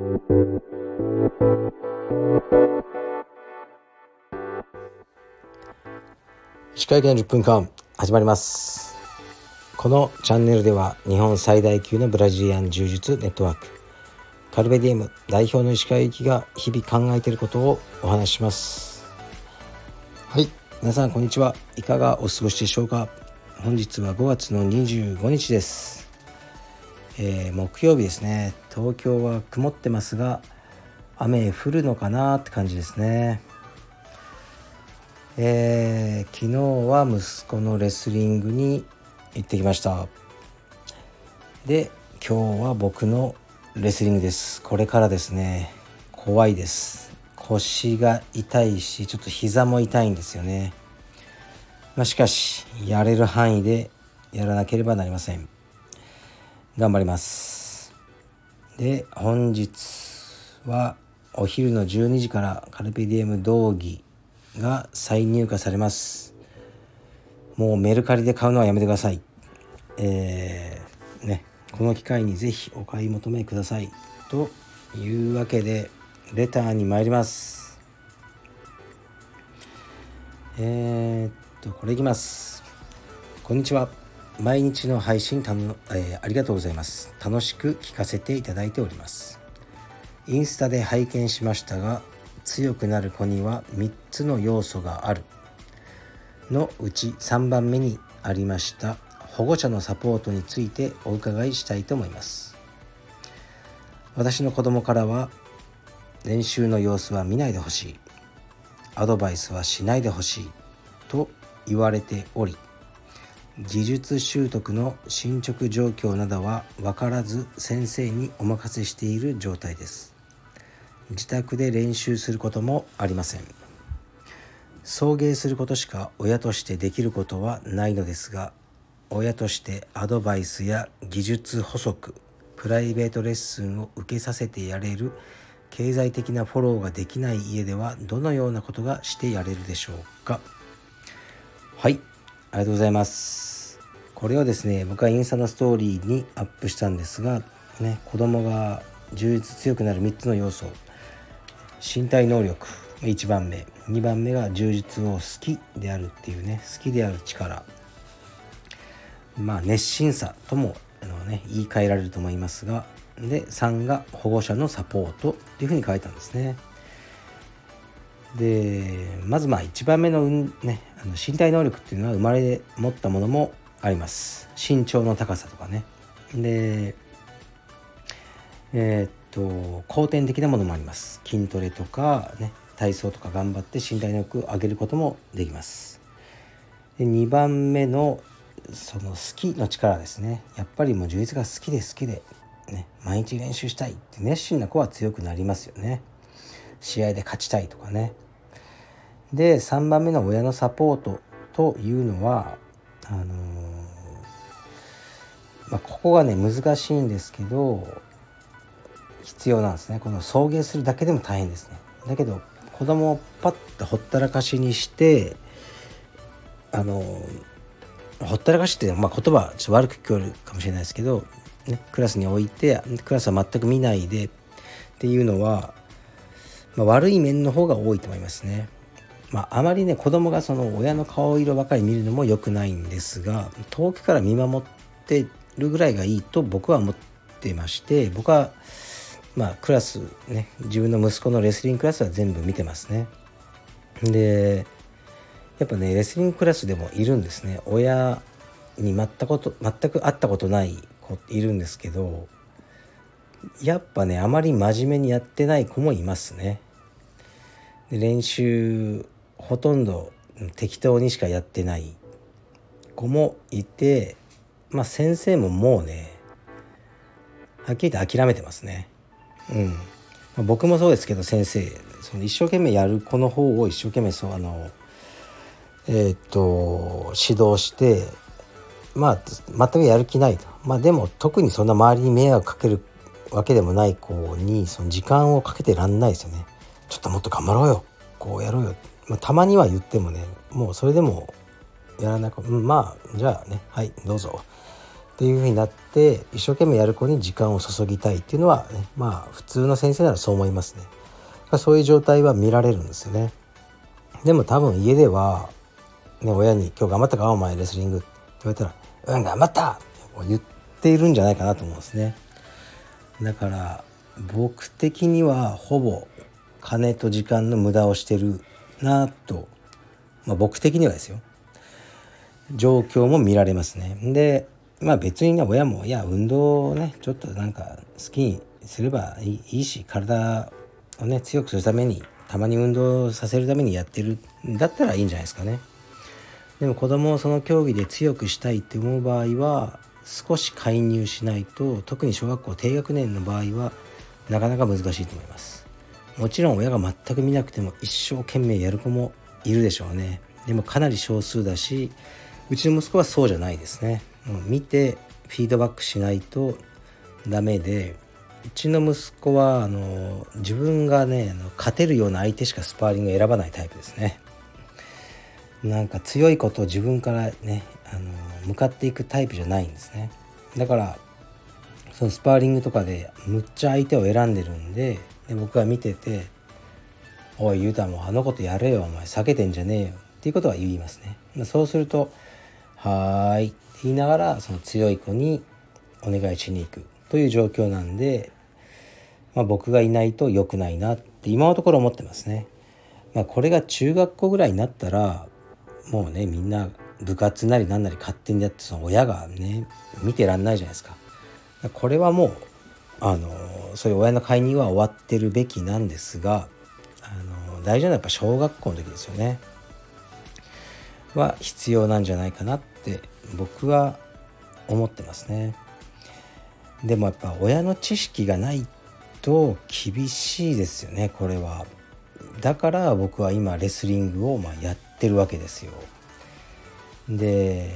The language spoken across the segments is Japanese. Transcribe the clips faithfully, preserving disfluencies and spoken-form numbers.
石川県じゅっぷんかん始まります。このチャンネルでは日本最大級のブラジリアン柔術ネットワークカルベディエム代表の石川由紀が日々考えていることをお話しします。はい、皆さんこんにちは。いかがお過ごしでしょうか。本日はごがつのにじゅうごにちです。えー、木曜日ですね。東京は曇ってますが雨降るのかなって感じですね。えー、昨日は息子のレスリングに行ってきました。で、今日は僕のレスリングです。これからですね。怖いです。腰が痛いし、ちょっと膝も痛いんですよね。まあ、しかしやれる範囲でやらなければなりません。頑張ります。で、本日はお昼のじゅうにじからカルペディエム道着が再入荷されます。もうメルカリで買うのはやめてください。えー、ね、この機会にぜひお買い求めください。というわけでレターに参ります。えー、っとこれいきます。こんにちは。毎日の配信たの、えー、ありがとうございます。楽しく聞かせていただいております。インスタで拝見しましたが、強くなる子にはみっつの要素があるのうちさんばんめにありました保護者のサポートについてお伺いしたいと思います。私の子供からは練習の様子は見ないでほしい、アドバイスはしないでほしいと言われており、技術習得の進捗状況などは分からず先生にお任せしている状態です。自宅で練習することもありません。送迎することしか親としてできることはないのですが、親としてアドバイスや技術補足、プライベートレッスンを受けさせてやれる経済的なフォローができない家ではどのようなことがしてやれるでしょうか。はい、ありがとうございます。これはですね、僕はインスタのストーリーにアップしたんですが、ね、子供が充実強くなるみっつの要素、身体能力いちばんめ、にばんめが充実を好きであるっていうね、好きである力、まあ熱心さともあの、ね、言い換えられると思いますが、でさんが保護者のサポートっていうふうに書いたんですね。でまずまあいちばんめの、ね、あの身体能力っていうのは生まれ持ったものもあります。身長の高さとかね。でえー、っと後天的なものもあります。筋トレとかね、体操とか頑張って身体能力を上げることもできます。でにばんめのその好きの力ですね。やっぱりもう充実が好きで好きで、ね、毎日練習したいって熱心な子は強くなりますよね。試合で勝ちたいとかね。でさんばんめの親のサポートというのはあのーまあ、ここがね難しいんですけど必要なんですね。この送迎するだけでも大変ですね。だけど子供をパッとほったらかしにしてあのほったらかしって、まあ、言葉ちょっと悪く聞こえるかもしれないですけど、ね、クラスに置いてクラスは全く見ないでっていうのは、まあ、悪い面の方が多いと思いますね。まあ、あまりね子供がその親の顔色ばかり見るのも良くないんですが、遠くから見守ってるぐらいがいいと僕は思ってまして、僕はまあクラスね、自分の息子のレスリングクラスは全部見てますね。でやっぱねレスリングクラスでもいるんですね。親に全くこと全く会ったことない子いるんですけど、やっぱねあまり真面目にやってない子もいますね。で練習ほとんど適当にしかやってない子もいて、まあ先生ももうねはっきり言って諦めてますね。うんまあ、僕もそうですけど、先生その一生懸命やる子の方を一生懸命そうあのえー、っと指導して、まあ全くやる気ないと。まあでも特にそんな周りに迷惑かけるわけでもない子にその時間をかけてらんないですよね。ちょっともっと頑張ろうよ、こうやろうよ、まあ、たまには言ってもね、もうそれでもやらなく、うん、まあじゃあね、はいどうぞっっていう風になって一生懸命やる子に時間を注ぎたいっていうのは、ね、まあ普通の先生ならそう思いますね。そういう状態は見られるんですよね。でも多分家では、ね、親に今日頑張ったかお前レスリングって言われたらうん頑張ったって言っているんじゃないかなと思うんですね。だから僕的にはほぼ金と時間の無駄をしてるなと、まあ、僕的にはですよ状況も見られますね。でまあ別にね親もいや運動をねちょっとなんか好きにすればいい、いいし体をね強くするためにたまに運動させるためにやってるんだったらいいんじゃないですかね。でも子供をその競技で強くしたいって思う場合は少し介入しないと、特に小学校低学年の場合はなかなか難しいと思います。もちろん親が全く見なくても一生懸命やる子もいるでしょうね。でもかなり少数だし、うちの息子はそうじゃないですね。もう見てフィードバックしないとダメで、うちの息子はあの自分がねあの勝てるような相手しかスパーリング選ばないタイプですね。なんか強いことを自分からねあの向かっていくタイプじゃないんですね。だからそのスパーリングとかでむっちゃ相手を選んでるんで、で僕が見てておいゆうたもあのことやれよお前避けてんじゃねえよっていうことは言いますね。そうするとはーいって言いながらその強い子にお願いしに行くという状況なんで、まあ、僕がいないと良くないなって今のところ思ってますね。まあ、これが中学校ぐらいになったらもうねみんな部活なりなんなり勝手にやって、その親がね見てらんないじゃないですか。これはもうあのそういう親の介入は終わってるべきなんですが、あの大事なのはやっぱ小学校の時ですよねは必要なんじゃないかなって僕は思ってますね。でもやっぱ親の知識がないと厳しいですよねこれは。だから僕は今レスリングをまあやってるわけですよ。で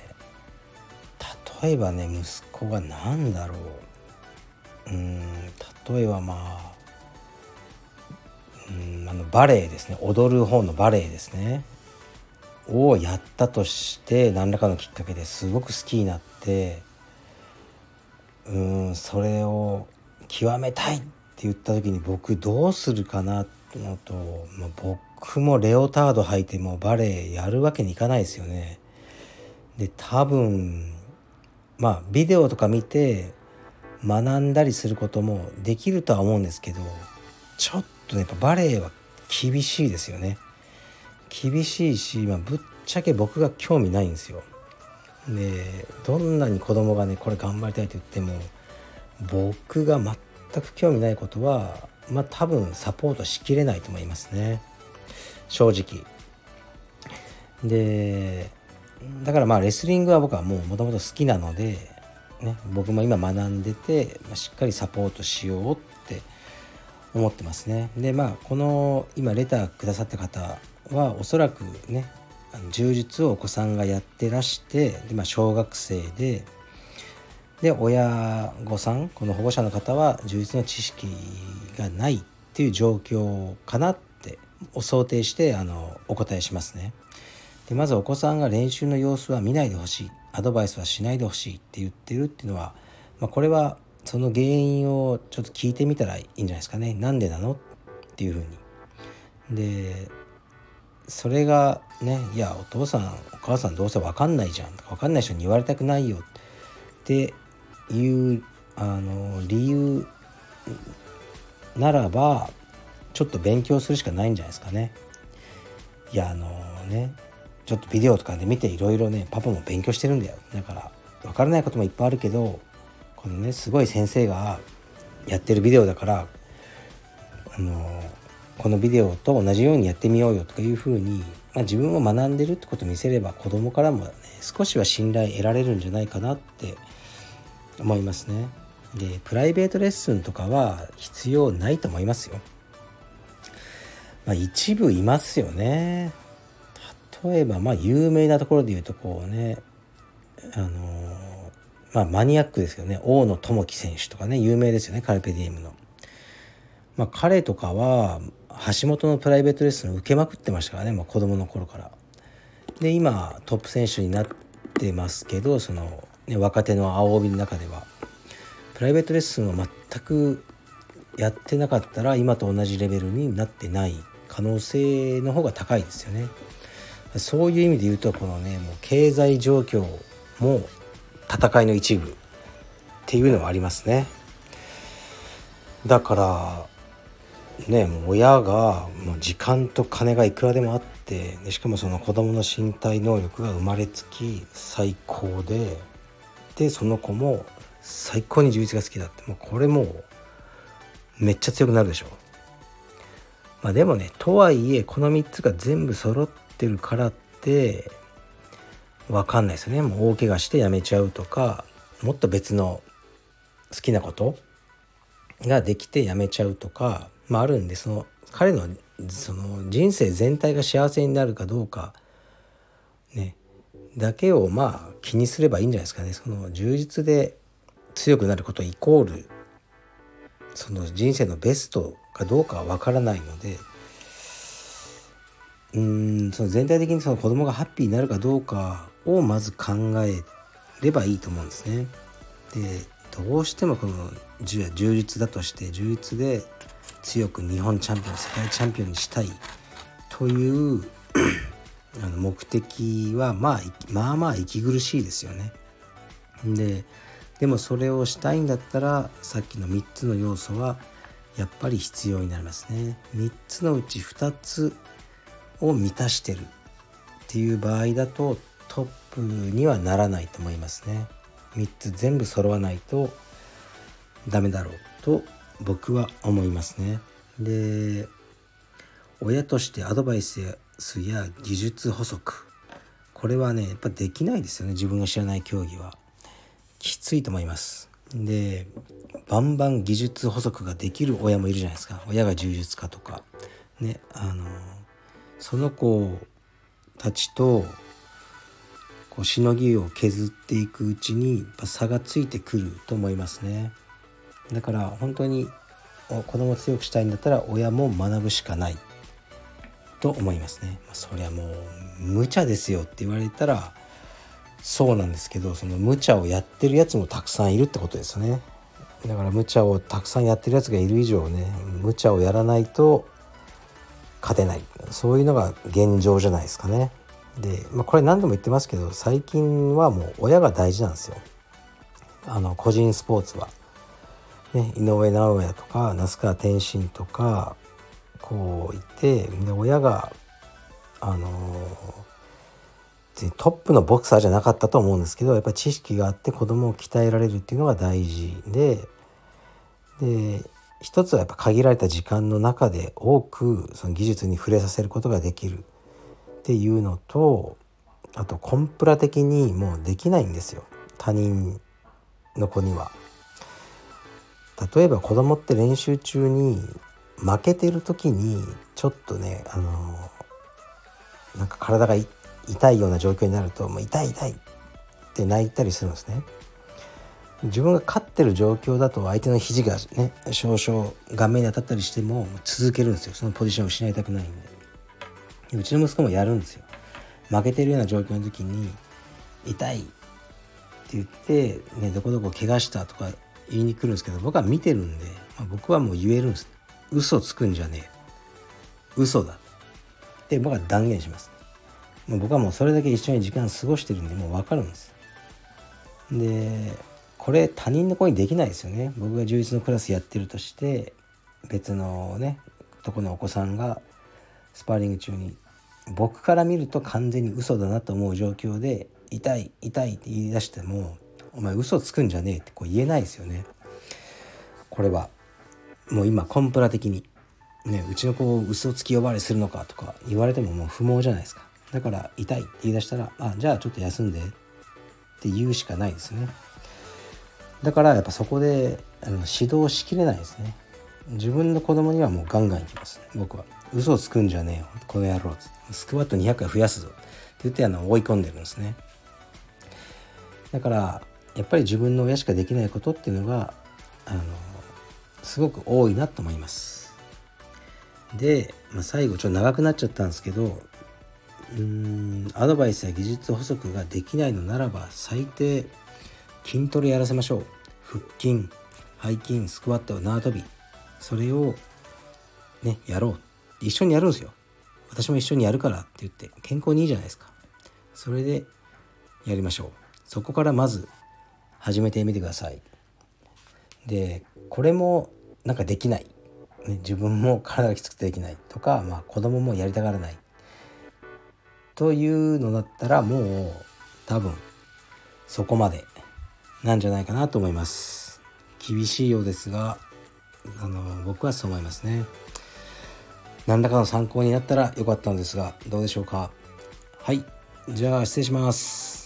例えばね息子が何だろううーん例えばまあうんあのバレエですね、踊る方のバレエですねをやったとして、何らかのきっかけですごく好きになってうーんそれを極めたいって言った時に僕どうするかなと思うと、まあ、僕もレオタード履いてもバレエやるわけにいかないですよね。で多分まあビデオとか見て学んだりすることもできるとは思うんですけど、ちょっとねやっぱバレエは厳しいですよね。厳しいし、まあ、ぶっちゃけ僕が興味ないんですよ。でどんなに子供がねこれ頑張りたいと言っても僕が全く興味ないことはまあ多分サポートしきれないと思いますね正直。でだからまあレスリングは僕はもうもともと好きなので、ね、僕も今学んでて、まあ、しっかりサポートしようって思ってますね。でまあこの今レターくださった方はおそらくね柔術をお子さんがやってらして、で、まあ、小学生でで親御さんこの保護者の方は柔術の知識がないっていう状況かなって想定してあのお答えしますね。でまずお子さんが練習の様子は見ないでほしい、アドバイスはしないでほしいって言ってるっていうのは、まあ、これはその原因をちょっと聞いてみたらいいんじゃないですかね。なんでなのっていうふうに。でそれがねいやお父さんお母さんどうせ分かんないじゃんとか分かんない人に言われたくないよっていうあの理由ならばちょっと勉強するしかないんじゃないですかね。いやあのねちょっとビデオとかで見ていろいろねパパも勉強してるんだよ。だから分からないこともいっぱいあるけどこのねすごい先生がやってるビデオだからあのこのビデオと同じようにやってみようよとかいうふうに、まあ、自分を学んでるってことを見せれば子供からもね少しは信頼得られるんじゃないかなって思いますね。でプライベートレッスンとかは必要ないと思いますよ。まあ、一部いますよね。例えばまあ有名なところで言うとこうねあのまあマニアックですけどね大野智樹選手とかね有名ですよね、カルペディエムの。まあ彼とかは橋本のプライベートレッスンを受けまくってましたからね、まあ、子供の頃から。で今トップ選手になってますけどそのね、若手の青帯の中ではプライベートレッスンを全くやってなかったら今と同じレベルになってない可能性の方が高いですよね。そういう意味で言うとこのねもう経済状況も戦いの一部っていうのはありますね。だからねもう親がもう時間と金がいくらでもあってでしかもその子供の身体能力が生まれつき最高ででその子も最高に充実が好きだってもうこれもうめっちゃ強くなるでしょ。まあでもねとはいえこのみっつが全部揃ってるからって分かんないですよね。もう大怪我してやめちゃうとかもっと別の好きなことができてやめちゃうとか、まあ、あるんでその彼のその人生全体が幸せになるかどうかねだけをまあ気にすればいいんじゃないですかね。その充実で強くなることイコールその人生のベストかどうかは分からないのでうーんその全体的にその子供がハッピーになるかどうかをまず考えればいいと思うんですね。でどうしてもこの充実だとして充実で強く日本チャンピオン世界チャンピオンにしたいというあの目的はまあまあまあ息苦しいですよね。ででもそれをしたいんだったらさっきのみっつの要素はやっぱり必要になりますね。みっつのうちふたつを満たしてるっていう場合だとトップにはならないと思いますね。みっつ全部揃わないとダメだろうと僕は思いますね。で親としてアドバイスや技術補足これはねやっぱできないですよね。自分が知らない競技はきついと思います。でバンバン技術補足ができる親もいるじゃないですか。親が柔術家とかねあのその子たちとこうしのぎを削っていくうちにやっぱ差がついてくると思いますね。だから本当に子供を強くしたいんだったら親も学ぶしかないと思いますね。まあ、そりゃもう無茶ですよって言われたらそうなんですけどその無茶をやってるやつもたくさんいるってことですよね。だから無茶をたくさんやってるやつがいる以上ね無茶をやらないと勝てないそういうのが現状じゃないですかね。で、まあ、これ何度も言ってますけど最近はもう親が大事なんですよ。あの個人スポーツは、ね、井上尚弥とか那須川天心とかこういてで親があのトップのボクサーじゃなかったと思うんですけどやっぱり知識があって子供を鍛えられるっていうのが大事でで一つはやっぱ限られた時間の中で多くその技術に触れさせることができるっていうのとあとコンプラ的にもうできないんですよ他人の子には。例えば子供って練習中に負けてる時にちょっとねあのなんか体が痛いような状況になるともう痛い痛いって泣いたりするんですね。自分が勝ってる状況だと相手の肘がね少々顔面に当たったりしても続けるんですよ。そのポジションを失いたくないんで。うちの息子もやるんですよ。負けてるような状況の時に痛いって言って、ね、どこどこ怪我したとか言いに来るんですけど僕は見てるんで、まあ、僕はもう言えるんです。嘘つくんじゃねえ嘘だって僕は断言します。もう僕はもうそれだけ一緒に時間過ごしてるんでもう分かるんです。でこれ他人の子にできないですよね。僕が充実のクラスやってるとして別のねとこのお子さんがスパーリング中に僕から見ると完全に嘘だなと思う状況で痛い痛いって言い出してもお前嘘つくんじゃねえってこう言えないですよね。これはもう今コンプラ的にねうちの子を嘘つき呼ばわりするのかとか言われてももう不毛じゃないですか。だから痛いって言い出したらあじゃあちょっと休んでって言うしかないですね。だからやっぱそこであの指導しきれないですね。自分の子供にはもうガンガンいきます、ね、僕は嘘をつくんじゃねえよこの野郎スクワットにひゃっかい増やすぞって言ってあの追い込んでるんですね。だからやっぱり自分の親しかできないことっていうのがあのすごく多いなと思います。で、まあ、最後ちょっと長くなっちゃったんですけどうーんアドバイスや技術補足ができないのならば最低筋トレやらせましょう。腹筋、背筋、スクワット、縄跳び、それをねやろう。一緒にやるんですよ。私も一緒にやるからって言って、健康にいいじゃないですか。それでやりましょう。そこからまず始めてみてください。でこれもなんかできない、ね、自分も体がきつくてできないとか、まあ、子供もやりたがらないというのだったら、もう多分そこまでなんじゃないかなと思います。厳しいようですが、あの僕はそう思いますね。何らかの参考になったらよかったのですが、どうでしょうか。はい、じゃあ失礼します。